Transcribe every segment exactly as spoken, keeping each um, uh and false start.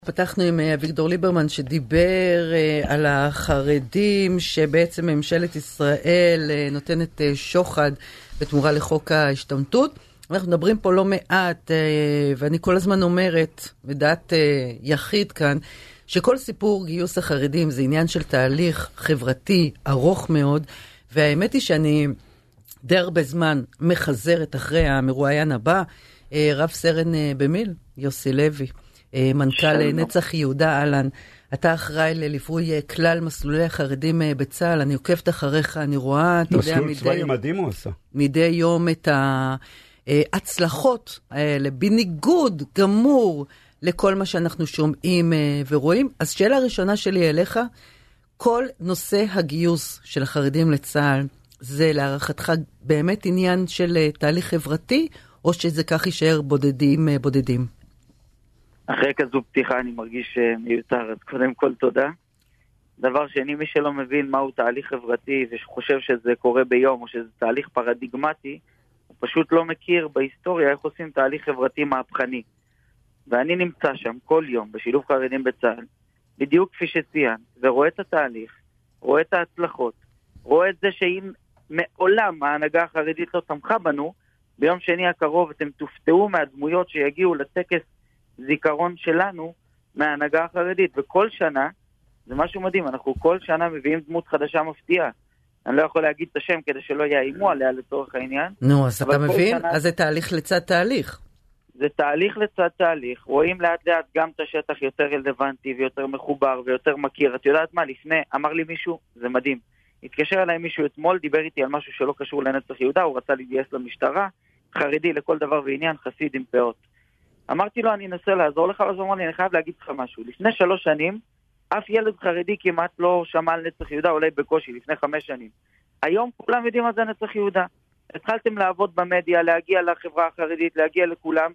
פתחנו עם אביגדור ליברמן שדיבר על החרדים שבעצם ממשלת ישראל נותנת שוחד בתמורה לחוק ההשתמטות. אנחנו מדברים פה לא מעט, ואני כל הזמן אומרת, בדעת יחיד כאן, שכל סיפור גיוס החרדים זה עניין של תהליך חברתי ארוך מאוד, והאמת היא שאני די הרבה זמן מחזרת אחרי המרואיין הבא, רב סרן במיל, יוסי לוי. מנכ"ל נצח יהודה אלן, אתה אחראי לליווי כלל מסלולי החרדים בצה"ל, אני עוקבת אחריך, אני רואה, אתה יודע, מסלול צבאי מדהים הוא עשה. מדי יום את ההצלחות האלה, בניגוד גמור לכל מה שאנחנו שומעים ורואים. אז שאלה הראשונה שלי אליך, כל נושא הגיוס של החרדים לצה"ל, זה להערכתך באמת עניין של תהליך חברתי, או שזה כך יישאר בודדים בודדים? אחרי כזו פתיחה אני מרגיש מיותר, אז קודם כל תודה. דבר שני, מי שלא מבין מהו תהליך חברתי ושחושב שזה קורה ביום או שזה תהליך פרדיגמטי, הוא פשוט לא מכיר בהיסטוריה איך עושים תהליך חברתי מהפכני. ואני נמצא שם כל יום בשילוב חרדים בצה"ל, בדיוק כפי שציין, ורואה את התהליך, רואה את ההצלחות, רואה את זה שאם מעולם ההנהגה החרדית לא תמכה בנו, ביום שני הקרוב אתם תופתעו מהדמויות שיגיעו לטקס זיכרון שלנו מההנהגה החרדית, וכל שנה, זה משהו מדהים, אנחנו כל שנה מביאים דמות חדשה מפתיעה. אני לא יכול להגיד את השם כדי שלא יאיימו עליה לצורך העניין. נו, אז אתה מבין? שנה... אז זה תהליך לצד תהליך. זה תהליך לצד תהליך, רואים לאט לאט גם את השטח יותר רלוונטי ויותר מחובר ויותר מכיר. את יודעת מה, לפני, אמר לי מישהו, זה מדהים, התקשר אליי מישהו אתמול, דיבר איתי על משהו שלא קשור לנצח יהודה, הוא רצה להתגייס למשטרה, חרדי לכל דבר ועניין, חסיד עם פאות. אמרתי לו, אני אנסה לעזור לך, אז הוא אמר לי, אני חייב להגיד לך משהו. לפני שלוש שנים, אף ילד חרדי כמעט לא שמע על נצח יהודה, אולי בקושי, לפני חמש שנים. היום כולם יודעים מה זה נצח יהודה. התחלתם לעבוד במדיה, להגיע לחברה החרדית, להגיע לכולם,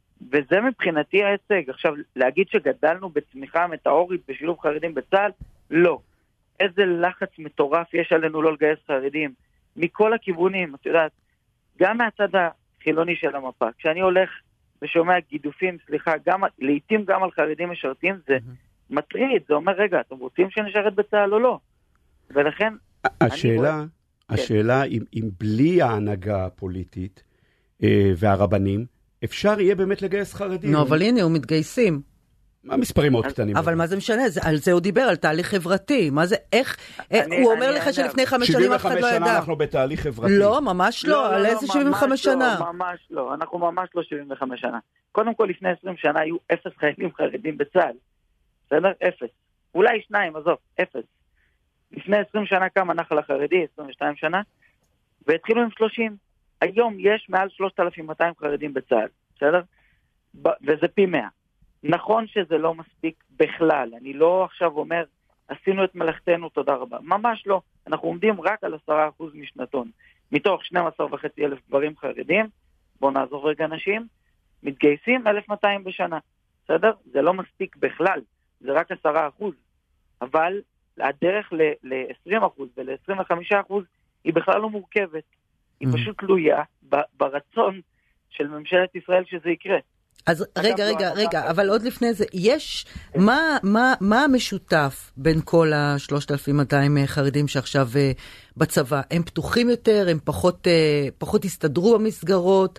וזה מבחינתי ההישג. עכשיו, להגיד שגדלנו בצמיחה מטאורית בשילוב חרדים בצה"ל, לא. איזה לחץ מטורף יש עלינו לא לגייס חרדים. מכל הכיוונים, את יודעת, גם מהצד החילוני של המפה. כשאני הולך ושומע גידופים, סליחה, גם, לעתים גם על חרדים משרתים, זה mm-hmm. מטריד, זה אומר, רגע, אתם רוצים שנשרת בצה"ל או לא? ולכן... השאלה, רואה... השאלה, כן. אם, אם בלי ההנהגה הפוליטית אה, והרבנים, אפשר יהיה באמת לגייס חרדים. נו, אבל הנה, הוא מתגייסים. המספרים מאוד קטנים. אבל מה זה משנה? על זה הוא דיבר, על תהליך חברתי. מה זה, איך, הוא אומר לך שלפני חמש שנים אף אחד לא ידע. שבעים וחמש שנה אנחנו בתהליך חברתי. לא, ממש לא, על איזה שבעים וחמש שנה? ממש לא, אנחנו ממש לא שבעים וחמש שנה. קודם כל, לפני עשרים שנה היו אפס חיילים חרדים בצה"ל. בסדר? אפס. אולי שניים, עזוב, אפס. לפני עשרים שנה קם הנחל החרדי, עשרים ושתיים שנה, והתחילו עם שלושים. היום יש מעל שלושת אלפים ומאתיים חרדים בצה"ל. בסדר? וזה פי מאה. נכון שזה לא מספיק בכלל, אני לא עכשיו אומר, עשינו את מלאכתנו, תודה רבה. ממש לא, אנחנו עומדים רק על עשרה אחוז משנתון. מתוך שנים עשר וחצי אלף גברים חרדים, בואו נעזוב רגע נשים, מתגייסים אלף מאתיים בשנה. בסדר? זה לא מספיק בכלל, זה רק עשרה אחוז. אבל הדרך ל-עשרים אחוז ול-עשרים וחמישה אחוז היא בכלל לא מורכבת. היא פשוט תלויה ברצון של ממשלת ישראל שזה יקרה. אז רגע, רגע, רגע, אבל עוד לפני זה, יש, מה, מה, מה המשותף בין כל ה-שלושת אלפים ומאתיים חרדים שעכשיו בצבא? הם פתוחים יותר, הם פחות, פחות הסתדרו במסגרות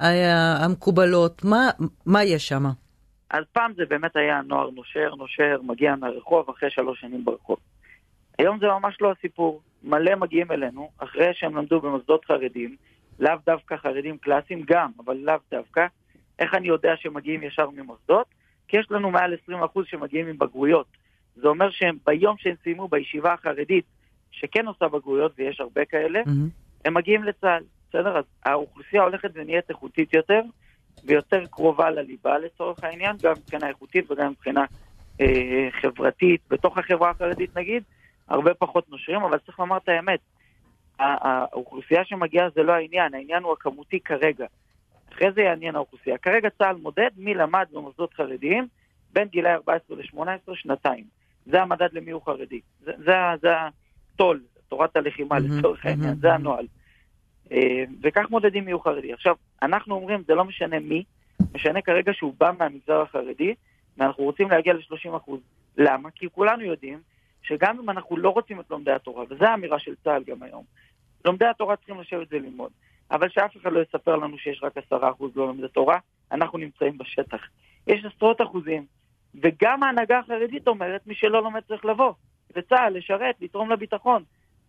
המקובלות, מה, מה יש שם? אז פעם זה באמת היה נוער נושר, נושר, מגיע מהרחוב אחרי שלוש שנים ברחוב. היום זה ממש לא הסיפור, מלא מגיעים אלינו, אחרי שהם למדו במוסדות חרדים, לאו דווקא חרדים קלאסיים גם, אבל לאו דווקא, איך אני יודע שמגיעים ישר ממוסדות? כי יש לנו מעל עשרים אחוז שמגיעים עם בגרויות. זה אומר שהם ביום שהם סיימו בישיבה החרדית, שכן עושה בגרויות, ויש הרבה כאלה, mm-hmm. הם מגיעים לצה"ל. בסדר? אז האוכלוסייה הולכת ונהיית איכותית יותר, ויותר קרובה לליבה לצורך העניין, גם מבחינה איכותית וגם מבחינה אה, חברתית, בתוך החברה החרדית נגיד, הרבה פחות נושרים, אבל צריך לומר את האמת. האוכלוסייה שמגיעה זה לא העניין, העניין הוא הכמותי כרגע. אחרי זה יעניין האוכלוסייה. כרגע צה"ל מודד מי למד במוסדות חרדיים בין גילי ארבע עשרה ל-שמונה עשרה שנתיים. זה המדד למי הוא חרדי. זה, זה, זה התול, תורת הלחימה לצורך העניין, זה הנועל. וכך מודדים מי הוא חרדי. עכשיו, אנחנו אומרים, זה לא משנה מי, משנה כרגע שהוא בא מהמגזר החרדי, ואנחנו רוצים להגיע ל-שלושים אחוז. למה? כי כולנו יודעים שגם אם אנחנו לא רוצים את לומדי התורה, וזו האמירה של צה"ל גם היום, לומדי התורה צריכים לשבת וללמוד, אבל שאף אחד לא יספר לנו שיש רק עשרה אחוז לא לומדי תורה, אנחנו נמצאים בשטח. יש עשרות אחוזים, וגם ההנהגה החרדית אומרת, מי שלא לומד צריך לבוא, וצה"ל, לשרת, לתרום לביטחון.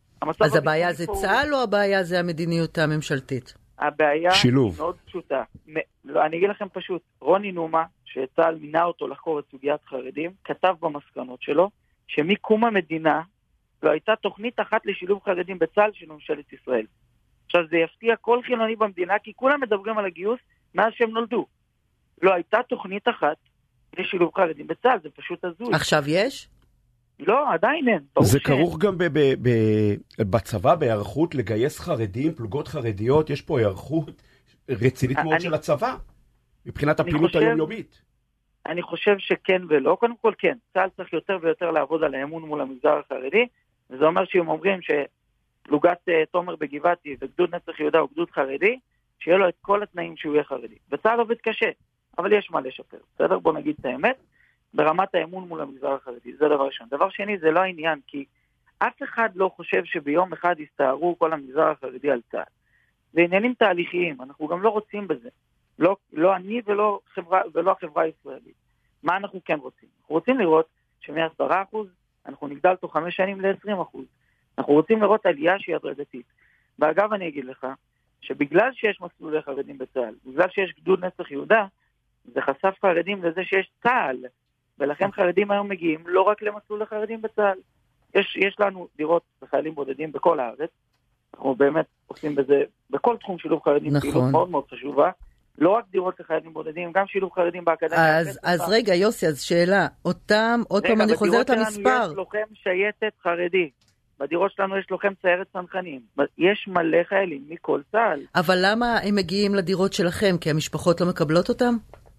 אז הבעיה זה צה"ל או הבעיה זה המדיניות הממשלתית? הבעיה שילוב. היא מאוד פשוטה. לא, אני אגיד לכם פשוט, רוני נומה, שצה"ל מינה אותו לחקור את סוגיית חרדים, כתב במסקנות שלו, שמקום המדינה לא הייתה תוכנית אחת לשילוב חרדים בצה"ל של ממשלת ישראל. עכשיו זה יפתיע כל חילוני במדינה, כי כולם מדברים על הגיוס מאז שהם נולדו. לא הייתה תוכנית אחת לשילוב חרדים בצה"ל, זה פשוט הזוי. עכשיו יש? לא, עדיין אין. זה כרוך גם ב- ב- ב- בצבא, בהיערכות לגייס חרדים, פלוגות חרדיות, יש פה היערכות רצינית מאוד אני, של הצבא, מבחינת הפעילות חושב, היומיומית. אני חושב שכן ולא. קודם כל כן, צה"ל צריך יותר ויותר לעבוד על האמון מול המגזר החרדי, וזה אומר שהם אומרים שפלוגת uh, תומר בגבעתי וגדוד נצח יהודה הוא גדוד חרדי, שיהיה לו את כל התנאים שהוא יהיה חרדי. וצה"ל עובד קשה, אבל יש מה לשפר. בסדר? בוא נגיד את האמת. ברמת האמון מול המגזר החרדי, זה דבר ראשון. דבר שני, זה לא העניין, כי אף אחד לא חושב שביום אחד יסתערו כל המגזר החרדי על צה"ל. זה עניינים תהליכיים, אנחנו גם לא רוצים בזה. לא, לא אני ולא, חברה, ולא החברה הישראלית. מה אנחנו כן רוצים? אנחנו רוצים לראות שמ-עשרה אחוז אנחנו נגדל תוך חמש שנים ל-עשרים אחוז. אנחנו רוצים לראות עלייה שהיא הדרגתית. ואגב, אני אגיד לך, שבגלל שיש מסלולי חרדים בצה"ל, בגלל שיש גדוד נצח יהודה, זה חשף חרדים לזה שיש צה"ל, ולכן חרדים היום מגיעים לא רק למסלול החרדים בצה"ל. יש, יש לנו דירות לחיילים בודדים בכל הארץ. אנחנו באמת עושים בזה, בכל תחום שילוב חרדים, נכון. פעילות מאוד מאוד חשובה. לא רק דירות לחיילים בודדים, גם שילוב חרדים באקדמיה. אז, אז רגע, יוסי, אז שאלה. אותם, עוד פעם אני חוזרת למספר. בדירות שלנו יש לוחם שייטת חרדי. בדירות שלנו יש לוחם סיירת צנחנים. יש מלא חיילים מכל צה"ל. אבל למה הם מגיעים לדירות שלכם? כי המשפחות לא מקבלות אותם?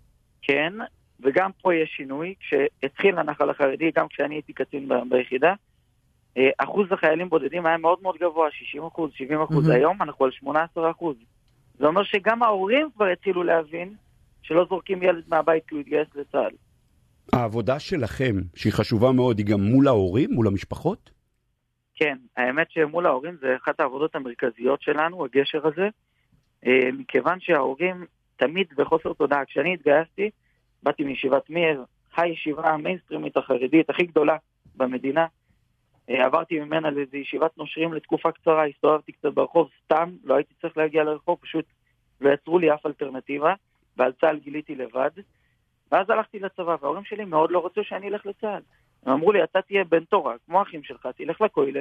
כן. וגם פה יש שינוי, כשהתחיל הנחל החרדי, גם כשאני הייתי קצין ב- ביחידה, אחוז החיילים בודדים היה מאוד מאוד גבוה, שישים אחוז, שבעים אחוז, mm-hmm. היום אנחנו על שמונה עשרה אחוז. זה אומר שגם ההורים כבר התחילו להבין שלא זורקים ילד מהבית כי הוא יתגייס לצה"ל. העבודה שלכם, שהיא חשובה מאוד, היא גם מול ההורים, מול המשפחות? כן, האמת שמול ההורים זה אחת העבודות המרכזיות שלנו, הגשר הזה, מכיוון שההורים תמיד בחוסר תודעה. כשאני התגייסתי, באתי מישיבת מאיר, הישיבה המיינסטרימית החרדית הכי גדולה במדינה. עברתי ממנה לאיזו ישיבת נושרים לתקופה קצרה, הסתובבתי קצת ברחוב סתם, לא הייתי צריך להגיע לרחוב, פשוט לא יצרו לי אף אלטרנטיבה, ועל צה"ל גיליתי לבד. ואז הלכתי לצבא, וההורים שלי מאוד לא רצו שאני אלך לצה"ל. הם אמרו לי, אתה תהיה בן תורה, כמו אחים שלך, תלך לכולל,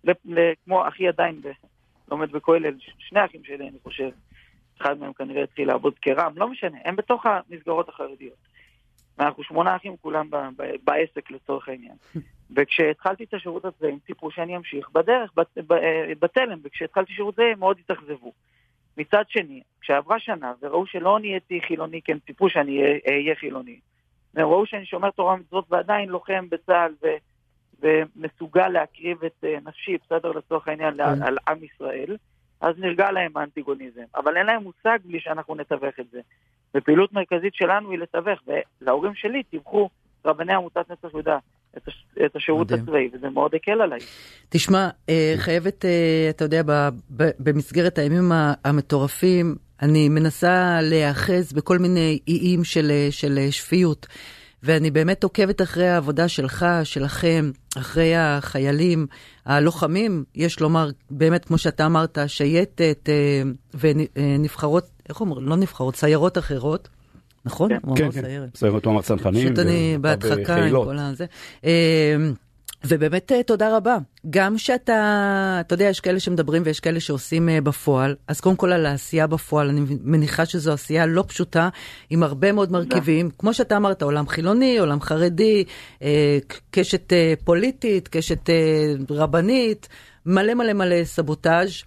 כמו אחי עדיין לומד בכולל, שני אחים שלי אני חושב. אחד מהם כנראה התחיל לעבוד כרם, לא משנה, הם בתוך המסגרות החרדיות. ואנחנו שמונה אחים כולם ב- ב- בעסק לצורך העניין. וכשהתחלתי את השירות הזה, הם ציפו שאני אמשיך בדרך, בתלם, וכשהתחלתי שירות זה, הם מאוד התאכזבו. מצד שני, כשעברה שנה, וראו שלא נהייתי חילוני, כי הם ציפו שאני אהיה חילוני. והם ראו שאני שומר תורה ומצוות ועדיין לוחם בצה"ל, ו- ומסוגל להקריב את נפשי, בסדר לצורך העניין, על, על עם ישראל, אז נרגע להם האנטיגוניזם. אבל אין להם מושג בלי שאנחנו נתווך את זה. ופעילות מרכזית שלנו היא לתווך, ולהורים שלי תיווכו רבני עמותת נצח יהודה את, הש... את השירות הצבאי, וזה מאוד הקל עליי. תשמע, חייבת, אתה יודע, במסגרת הימים המטורפים, אני מנסה להיאחז בכל מיני איים של, של שפיות, ואני באמת עוקבת אחרי העבודה שלך, שלכם, אחרי החיילים, הלוחמים, יש לומר, באמת, כמו שאתה אמרת, שייטת ונבחרות, איך אומרים? לא נבחרות, סיירות אחרות, נכון? כן, כן, כן. סיירות הוא אמר צנחנים. פשוט אני בהדחקה עם כל הזה. ובאמת תודה רבה. גם שאתה, אתה יודע, יש כאלה שמדברים ויש כאלה שעושים בפועל, אז קודם כל על העשייה בפועל, אני מניחה שזו עשייה לא פשוטה, עם הרבה מאוד מרכיבים, כמו שאתה אמרת, עולם חילוני, עולם חרדי, קשת פוליטית, קשת רבנית, מלא מלא מלא סבוטאז'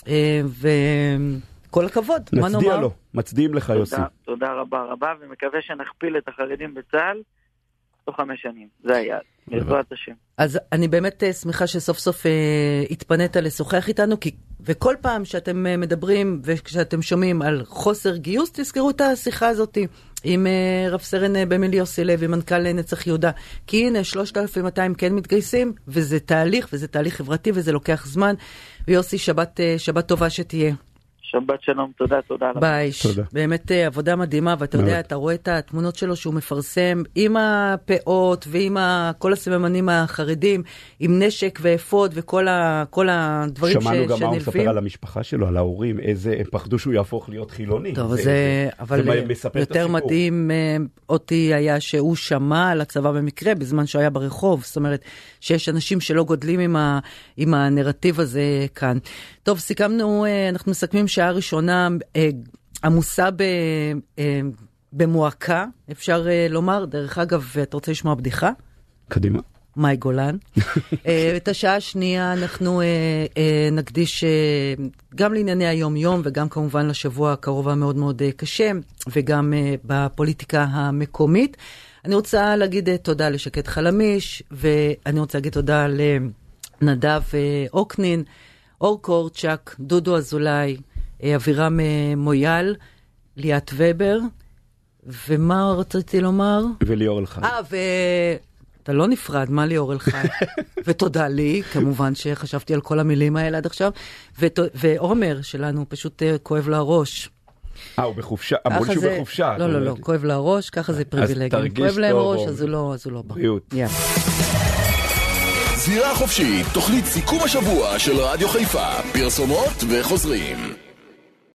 וכל הכבוד. נצדיע לו, מצדיעים לך יוסי. תודה רבה רבה, ומקווה שנכפיל את החרדים בצה"ל תוך חמש שנים, זה היה. בעזרת השם. אז אני באמת שמחה שסוף סוף התפנית לשוחח איתנו, כי וכל פעם שאתם מדברים וכשאתם שומעים על חוסר גיוס, תזכרו את השיחה הזאת עם רב סרן במיל יוסי לוי, מנכ"ל נצח יהודה. כי הנה, שלושת אלפים מאתיים כן מתגייסים, וזה תהליך, וזה תהליך חברתי, וזה לוקח זמן. ויוסי, שבת, שבת טובה שתהיה. שבת שלום, תודה, תודה. ביי, באמת עבודה מדהימה, ואתה יודע, אתה רואה את התמונות שלו שהוא מפרסם עם הפאות ועם כל הסממנים החרדים, עם נשק ואפוד וכל הדברים שנלווים. שמענו גם מה הוא מספר על המשפחה שלו, על ההורים, איזה, הם פחדו שהוא יהפוך להיות חילוני. טוב, זה, אבל יותר מדהים אותי היה שהוא שמע על הצבא במקרה, בזמן שהוא היה ברחוב, זאת אומרת, שיש אנשים שלא גודלים עם הנרטיב הזה כאן. טוב, סיכמנו, אנחנו מסכמים שעה ראשונה אה, עמוסה ב, אה, במועקה, אפשר אה, לומר. דרך אגב, אתה רוצה לשמוע בדיחה? קדימה. מאי גולן. אה, את השעה השנייה אנחנו אה, אה, נקדיש אה, גם לענייני היום-יום, וגם כמובן לשבוע הקרוב המאוד מאוד אה, קשה, וגם אה, בפוליטיקה המקומית. אני רוצה להגיד אה, תודה לשקט חלמיש, ואני רוצה להגיד תודה לנדב אה, אוקנין, אור קורצ'ק, דודו אזולאי, אבירם מויאל, ליאת ובר, ומה רציתי לומר? וליאור אלחי. אה, ואתה לא נפרד, מה ליאור אלחי? ותודה לי, כמובן שחשבתי על כל המילים האלה עד עכשיו, ועומר שלנו פשוט כואב לו הראש. אה, הוא בחופשה, אמרו שהוא בחופשה. לא, לא, לא, כואב לו הראש, ככה זה פריבילגיה. כואב להם ראש, אז הוא לא בא. בריאות. זירה חופשית, תוכנית סיכום השבוע של רדיו חיפה, פרסומות וחוזרים.